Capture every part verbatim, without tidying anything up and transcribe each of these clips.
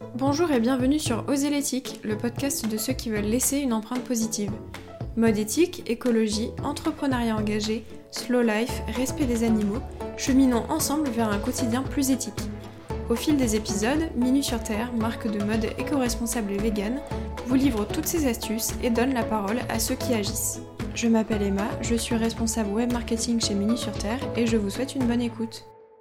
Bonjour et bienvenue sur Oser l'éthique, le podcast de ceux qui veulent laisser une empreinte positive. Mode éthique, écologie, entrepreneuriat engagé, slow life, respect des animaux, cheminons ensemble vers un quotidien plus éthique. Au fil des épisodes, Minu sur Terre, marque de mode éco-responsable et vegan, vous livre toutes ses astuces et donne la parole à ceux qui agissent. Je m'appelle Emma, je suis responsable web marketing chez Minu sur Terre et je vous souhaite une bonne écoute.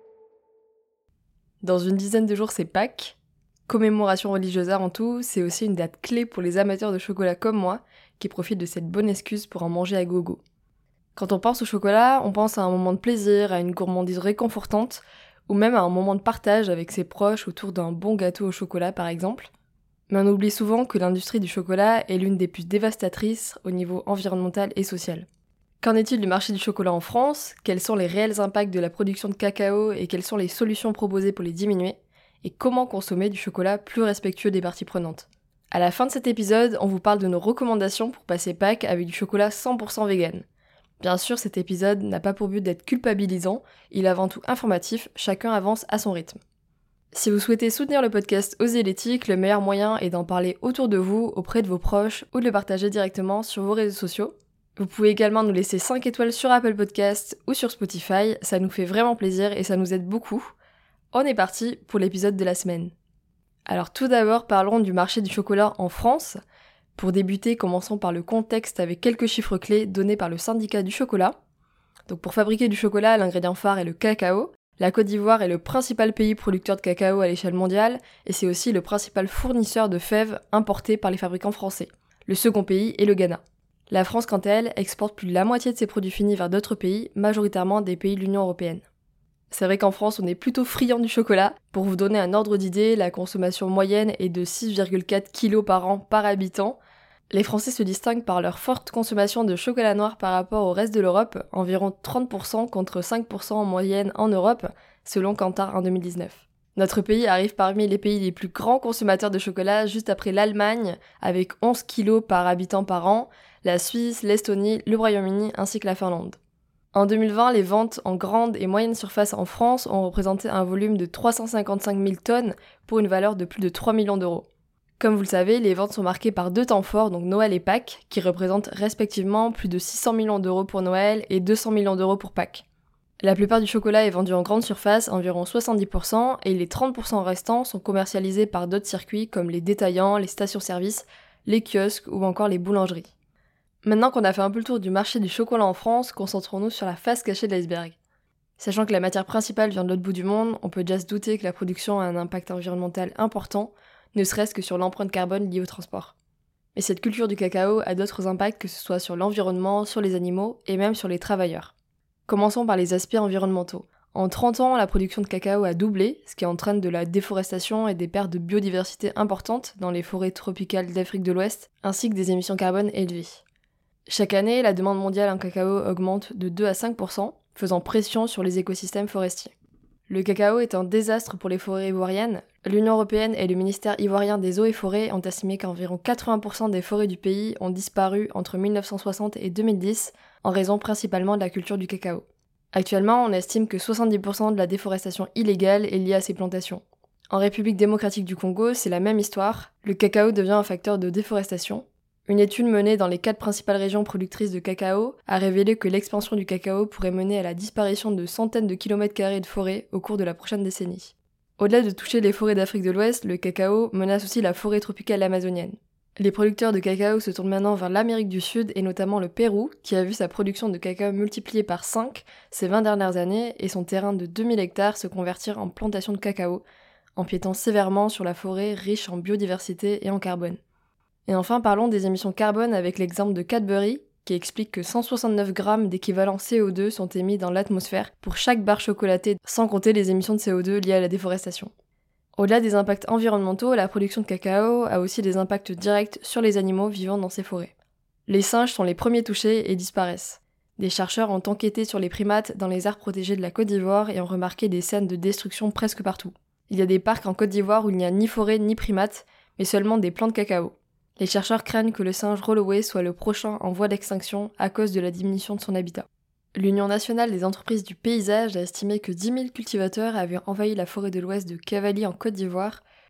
Dans une dizaine de jours, c'est Pâques. Commémoration religieuse avant tout, c'est aussi une date clé pour les amateurs de chocolat comme moi, qui profitent de cette bonne excuse pour en manger à gogo. Quand on pense au chocolat, on pense à un moment de plaisir, à une gourmandise réconfortante, ou même à un moment de partage avec ses proches autour d'un bon gâteau au chocolat par exemple. Mais on oublie souvent que l'industrie du chocolat est l'une des plus dévastatrices au niveau environnemental et social. Qu'en est-il du marché du chocolat en France ? Quels sont les réels impacts de la production de cacao et quelles sont les solutions proposées pour les diminuer ? Et comment consommer du chocolat plus respectueux des parties prenantes. À la fin de cet épisode, on vous parle de nos recommandations pour passer Pâques avec du chocolat cent pour cent vegan. Bien sûr, cet épisode n'a pas pour but d'être culpabilisant, il est avant tout informatif, chacun avance à son rythme. Si vous souhaitez soutenir le podcast Oser l'éthique, le meilleur moyen est d'en parler autour de vous, auprès de vos proches, ou de le partager directement sur vos réseaux sociaux. Vous pouvez également nous laisser cinq étoiles sur Apple Podcasts ou sur Spotify, ça nous fait vraiment plaisir et ça nous aide beaucoup. On est parti pour l'épisode de la semaine. Alors tout d'abord, parlons du marché du chocolat en France. Pour débuter, commençons par le contexte avec quelques chiffres clés donnés par le syndicat du chocolat. Donc pour fabriquer du chocolat, l'ingrédient phare est le cacao. La Côte d'Ivoire est le principal pays producteur de cacao à l'échelle mondiale et c'est aussi le principal fournisseur de fèves importées par les fabricants français. Le second pays est le Ghana. La France, quant à elle, exporte plus de la moitié de ses produits finis vers d'autres pays, majoritairement des pays de l'Union européenne. C'est vrai qu'en France, on est plutôt friand du chocolat. Pour vous donner un ordre d'idée, la consommation moyenne est de six virgule quatre kilos par an par habitant. Les Français se distinguent par leur forte consommation de chocolat noir par rapport au reste de l'Europe, environ trente pour cent contre cinq pour cent en moyenne en Europe, selon Kantar en deux mille dix-neuf. Notre pays arrive parmi les pays les plus grands consommateurs de chocolat, juste après l'Allemagne, avec onze kilos par habitant par an, la Suisse, l'Estonie, le Royaume-Uni ainsi que la Finlande. En deux mille vingt, les ventes en grande et moyenne surface en France ont représenté un volume de trois cent cinquante-cinq mille tonnes pour une valeur de plus de trois millions d'euros. Comme vous le savez, les ventes sont marquées par deux temps forts, donc Noël et Pâques, qui représentent respectivement plus de six cents millions d'euros pour Noël et deux cents millions d'euros pour Pâques. La plupart du chocolat est vendu en grande surface, environ soixante-dix pour cent, et les trente pour cent restants sont commercialisés par d'autres circuits comme les détaillants, les stations-service, les kiosques ou encore les boulangeries. Maintenant qu'on a fait un peu le tour du marché du chocolat en France, concentrons-nous sur la face cachée de l'iceberg. Sachant que la matière principale vient de l'autre bout du monde, on peut déjà se douter que la production a un impact environnemental important, ne serait-ce que sur l'empreinte carbone liée au transport. Mais cette culture du cacao a d'autres impacts que ce soit sur l'environnement, sur les animaux et même sur les travailleurs. Commençons par les aspects environnementaux. En trente ans, la production de cacao a doublé, ce qui entraîne de la déforestation et des pertes de biodiversité importantes dans les forêts tropicales d'Afrique de l'Ouest, ainsi que des émissions carbone élevées. Chaque année, la demande mondiale en cacao augmente de deux à cinq pour cent, faisant pression sur les écosystèmes forestiers. Le cacao est un désastre pour les forêts ivoiriennes. L'Union européenne et le ministère ivoirien des eaux et forêts ont estimé qu'environ quatre-vingts pour cent des forêts du pays ont disparu entre mille neuf cent soixante et deux mille dix, en raison principalement de la culture du cacao. Actuellement, on estime que soixante-dix pour cent de la déforestation illégale est liée à ces plantations. En République démocratique du Congo, c'est la même histoire. Le cacao devient un facteur de déforestation. Une étude menée dans les quatre principales régions productrices de cacao a révélé que l'expansion du cacao pourrait mener à la disparition de centaines de kilomètres carrés de forêts au cours de la prochaine décennie. Au-delà de toucher les forêts d'Afrique de l'Ouest, le cacao menace aussi la forêt tropicale amazonienne. Les producteurs de cacao se tournent maintenant vers l'Amérique du Sud et notamment le Pérou, qui a vu sa production de cacao multipliée par cinq ces vingt dernières années et son terrain de deux mille hectares se convertir en plantation de cacao, empiétant sévèrement sur la forêt riche en biodiversité et en carbone. Et enfin, parlons des émissions carbone avec l'exemple de Cadbury, qui explique que cent soixante-neuf grammes d'équivalent C O deux sont émis dans l'atmosphère pour chaque barre chocolatée, sans compter les émissions de C O deux liées à la déforestation. Au-delà des impacts environnementaux, la production de cacao a aussi des impacts directs sur les animaux vivant dans ces forêts. Les singes sont les premiers touchés et disparaissent. Des chercheurs ont enquêté sur les primates dans les aires protégées de la Côte d'Ivoire et ont remarqué des scènes de destruction presque partout. Il y a des parcs en Côte d'Ivoire où il n'y a ni forêt ni primates, mais seulement des plants de cacao. Les chercheurs craignent que le singe Holloway soit le prochain en voie d'extinction à cause de la diminution de son habitat. L'Union nationale des entreprises du paysage a estimé que dix mille cultivateurs avaient envahi la forêt de l'Ouest de Cavally en Côte d'Ivoire,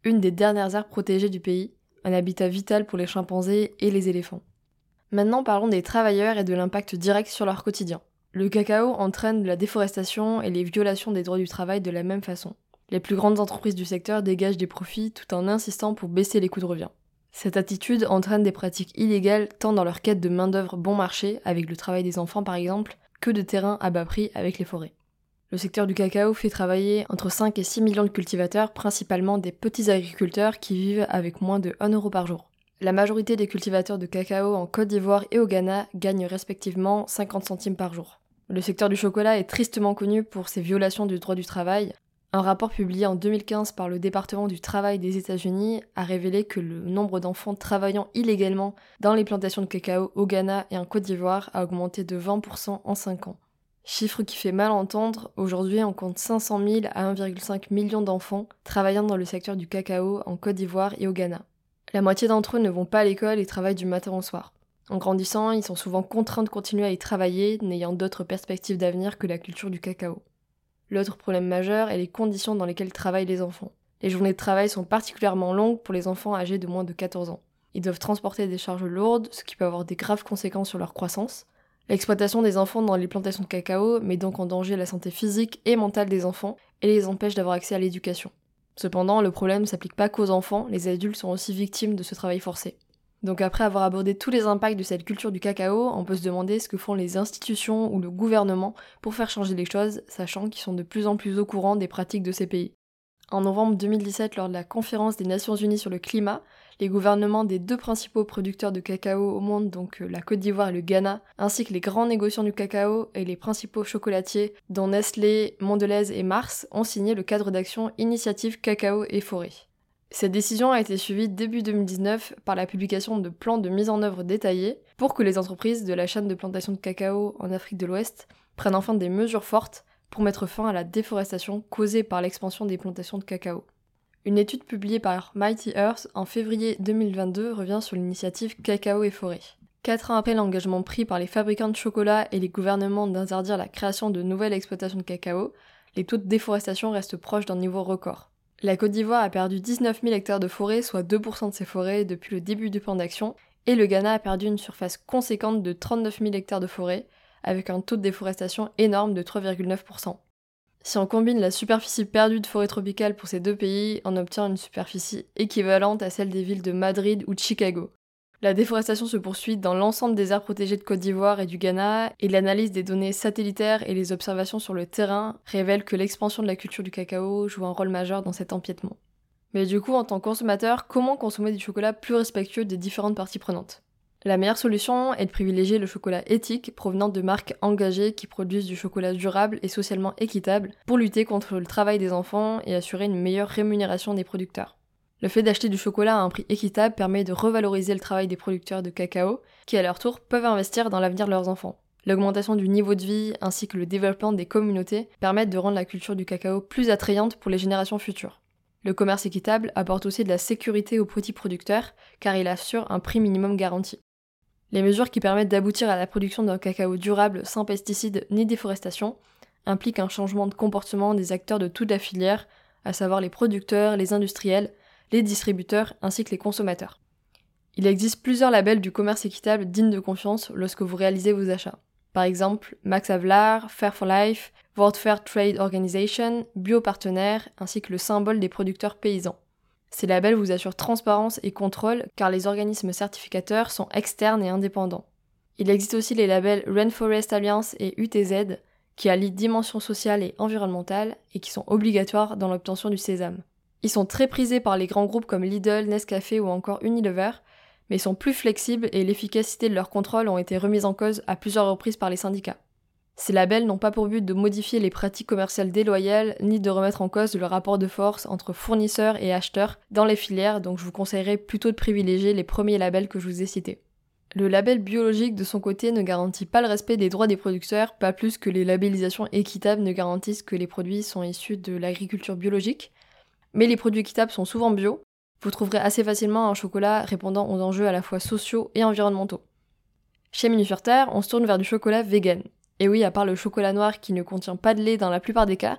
une des dernières aires protégées du pays, un habitat vital pour les chimpanzés et les éléphants. Maintenant parlons des travailleurs et de l'impact direct sur leur quotidien. Le cacao entraîne la déforestation et les violations des droits du travail de la même façon. Les plus grandes entreprises du secteur dégagent des profits tout en insistant pour baisser les coûts de revient. Cette attitude entraîne des pratiques illégales tant dans leur quête de main-d'œuvre bon marché, avec le travail des enfants par exemple, que de terrains à bas prix avec les forêts. Le secteur du cacao fait travailler entre cinq et six millions de cultivateurs, principalement des petits agriculteurs qui vivent avec moins de un euro par jour. La majorité des cultivateurs de cacao en Côte d'Ivoire et au Ghana gagnent respectivement cinquante centimes par jour. Le secteur du chocolat est tristement connu pour ses violations du droit du travail. Un rapport publié en deux mille quinze par le département du travail des États-Unis a révélé que le nombre d'enfants travaillant illégalement dans les plantations de cacao au Ghana et en Côte d'Ivoire a augmenté de vingt pour cent en cinq ans. Chiffre qui fait mal entendre, aujourd'hui on compte cinq cent mille à un virgule cinq million d'enfants travaillant dans le secteur du cacao en Côte d'Ivoire et au Ghana. La moitié d'entre eux ne vont pas à l'école et travaillent du matin au soir. En grandissant, ils sont souvent contraints de continuer à y travailler, n'ayant d'autres perspectives d'avenir que la culture du cacao. L'autre problème majeur est les conditions dans lesquelles travaillent les enfants. Les journées de travail sont particulièrement longues pour les enfants âgés de moins de quatorze ans. Ils doivent transporter des charges lourdes, ce qui peut avoir des graves conséquences sur leur croissance. L'exploitation des enfants dans les plantations de cacao met donc en danger la santé physique et mentale des enfants et les empêche d'avoir accès à l'éducation. Cependant, le problème ne s'applique pas qu'aux enfants, les adultes sont aussi victimes de ce travail forcé. Donc après avoir abordé tous les impacts de cette culture du cacao, on peut se demander ce que font les institutions ou le gouvernement pour faire changer les choses, sachant qu'ils sont de plus en plus au courant des pratiques de ces pays. En novembre deux mille dix-sept, lors de la conférence des Nations Unies sur le climat, les gouvernements des deux principaux producteurs de cacao au monde, donc la Côte d'Ivoire et le Ghana, ainsi que les grands négociants du cacao et les principaux chocolatiers, dont Nestlé, Mondelez et Mars, ont signé le cadre d'action Initiative Cacao et Forêt. Cette décision a été suivie début deux mille dix-neuf par la publication de plans de mise en œuvre détaillés pour que les entreprises de la chaîne de plantation de cacao en Afrique de l'Ouest prennent enfin des mesures fortes pour mettre fin à la déforestation causée par l'expansion des plantations de cacao. Une étude publiée par Mighty Earth en février deux mille vingt-deux revient sur l'initiative Cacao et Forêt. Quatre ans après l'engagement pris par les fabricants de chocolat et les gouvernements d'interdire la création de nouvelles exploitations de cacao, les taux de déforestation restent proches d'un niveau record. La Côte d'Ivoire a perdu dix-neuf mille hectares de forêt, soit deux pour cent de ses forêts depuis le début du plan d'action, et le Ghana a perdu une surface conséquente de trente-neuf mille hectares de forêt, avec un taux de déforestation énorme de trois virgule neuf pour cent. Si on combine la superficie perdue de forêt tropicale pour ces deux pays, on obtient une superficie équivalente à celle des villes de Madrid ou de Chicago. La déforestation se poursuit dans l'ensemble des aires protégées de Côte d'Ivoire et du Ghana, et l'analyse des données satellitaires et les observations sur le terrain révèlent que l'expansion de la culture du cacao joue un rôle majeur dans cet empiètement. Mais du coup, en tant que consommateur, comment consommer du chocolat plus respectueux des différentes parties prenantes ? La meilleure solution est de privilégier le chocolat éthique provenant de marques engagées qui produisent du chocolat durable et socialement équitable pour lutter contre le travail des enfants et assurer une meilleure rémunération des producteurs. Le fait d'acheter du chocolat à un prix équitable permet de revaloriser le travail des producteurs de cacao, qui à leur tour peuvent investir dans l'avenir de leurs enfants. L'augmentation du niveau de vie ainsi que le développement des communautés permettent de rendre la culture du cacao plus attrayante pour les générations futures. Le commerce équitable apporte aussi de la sécurité aux petits producteurs, car il assure un prix minimum garanti. Les mesures qui permettent d'aboutir à la production d'un cacao durable sans pesticides ni déforestation impliquent un changement de comportement des acteurs de toute la filière, à savoir les producteurs, les industriels, les distributeurs ainsi que les consommateurs. Il existe plusieurs labels du commerce équitable dignes de confiance lorsque vous réalisez vos achats. Par exemple, Max Havelaar, Fair for Life, World Fair Trade Organization, Biopartenaire ainsi que le symbole des producteurs paysans. Ces labels vous assurent transparence et contrôle car les organismes certificateurs sont externes et indépendants. Il existe aussi les labels Rainforest Alliance et U T Z qui allient dimension sociale et environnementale et qui sont obligatoires dans l'obtention du sésame. Ils sont très prisés par les grands groupes comme Lidl, Nescafé ou encore Unilever, mais ils sont plus flexibles et l'efficacité de leur contrôle ont été remises en cause à plusieurs reprises par les syndicats. Ces labels n'ont pas pour but de modifier les pratiques commerciales déloyales, ni de remettre en cause le rapport de force entre fournisseurs et acheteurs dans les filières, donc je vous conseillerais plutôt de privilégier les premiers labels que je vous ai cités. Le label biologique de son côté ne garantit pas le respect des droits des producteurs, pas plus que les labellisations équitables ne garantissent que les produits sont issus de l'agriculture biologique. Mais les produits équitables sont souvent bio, vous trouverez assez facilement un chocolat répondant aux enjeux à la fois sociaux et environnementaux. Chez Minu sur Terre, on se tourne vers du chocolat vegan. Et oui, à part le chocolat noir qui ne contient pas de lait dans la plupart des cas,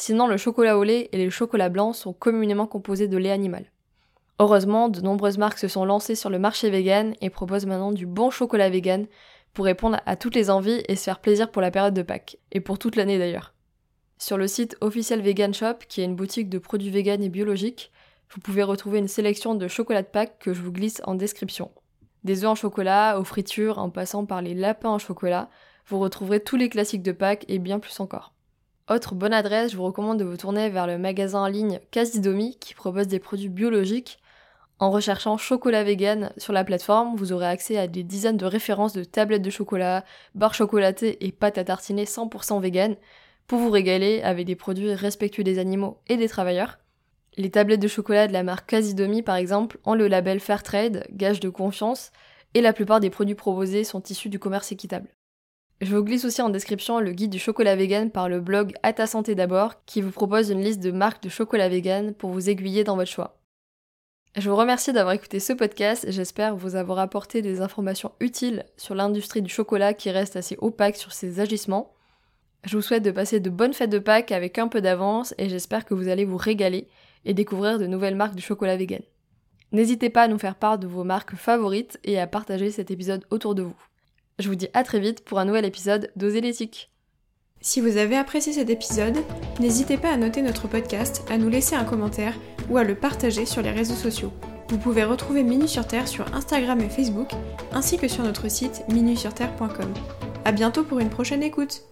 Sinon, le chocolat au lait et les chocolats blancs sont communément composés de lait animal. Heureusement, de nombreuses marques se sont lancées sur le marché vegan et proposent maintenant du bon chocolat vegan pour répondre à toutes les envies et se faire plaisir pour la période de Pâques, et pour toute l'année d'ailleurs. Sur le site Official Vegan Shop, qui est une boutique de produits vegan et biologiques, vous pouvez retrouver une sélection de chocolat de Pâques que je vous glisse en description. Des œufs en chocolat, aux fritures, en passant par les lapins en chocolat, vous retrouverez tous les classiques de Pâques et bien plus encore. Autre bonne adresse, je vous recommande de vous tourner vers le magasin en ligne Casidomi qui propose des produits biologiques. En recherchant chocolat vegan sur la plateforme, vous aurez accès à des dizaines de références de tablettes de chocolat, barres chocolatées et pâtes à tartiner cent pour cent vegan pour vous régaler avec des produits respectueux des animaux et des travailleurs. Les tablettes de chocolat de la marque Casidomi par exemple ont le label Fairtrade, gage de confiance, et la plupart des produits proposés sont issus du commerce équitable. Je vous glisse aussi en description le guide du chocolat vegan par le blog À ta santé d'abord qui vous propose une liste de marques de chocolat vegan pour vous aiguiller dans votre choix. Je vous remercie d'avoir écouté ce podcast et j'espère vous avoir apporté des informations utiles sur l'industrie du chocolat qui reste assez opaque sur ses agissements. Je vous souhaite de passer de bonnes fêtes de Pâques avec un peu d'avance et j'espère que vous allez vous régaler et découvrir de nouvelles marques de chocolat vegan. N'hésitez pas à nous faire part de vos marques favorites et à partager cet épisode autour de vous. Je vous dis à très vite pour un nouvel épisode d'Oser l'éthique. Si vous avez apprécié cet épisode, n'hésitez pas à noter notre podcast, à nous laisser un commentaire ou à le partager sur les réseaux sociaux. Vous pouvez retrouver Minute sur Terre sur Instagram et Facebook, ainsi que sur notre site minute sur terre point com. À bientôt pour une prochaine écoute.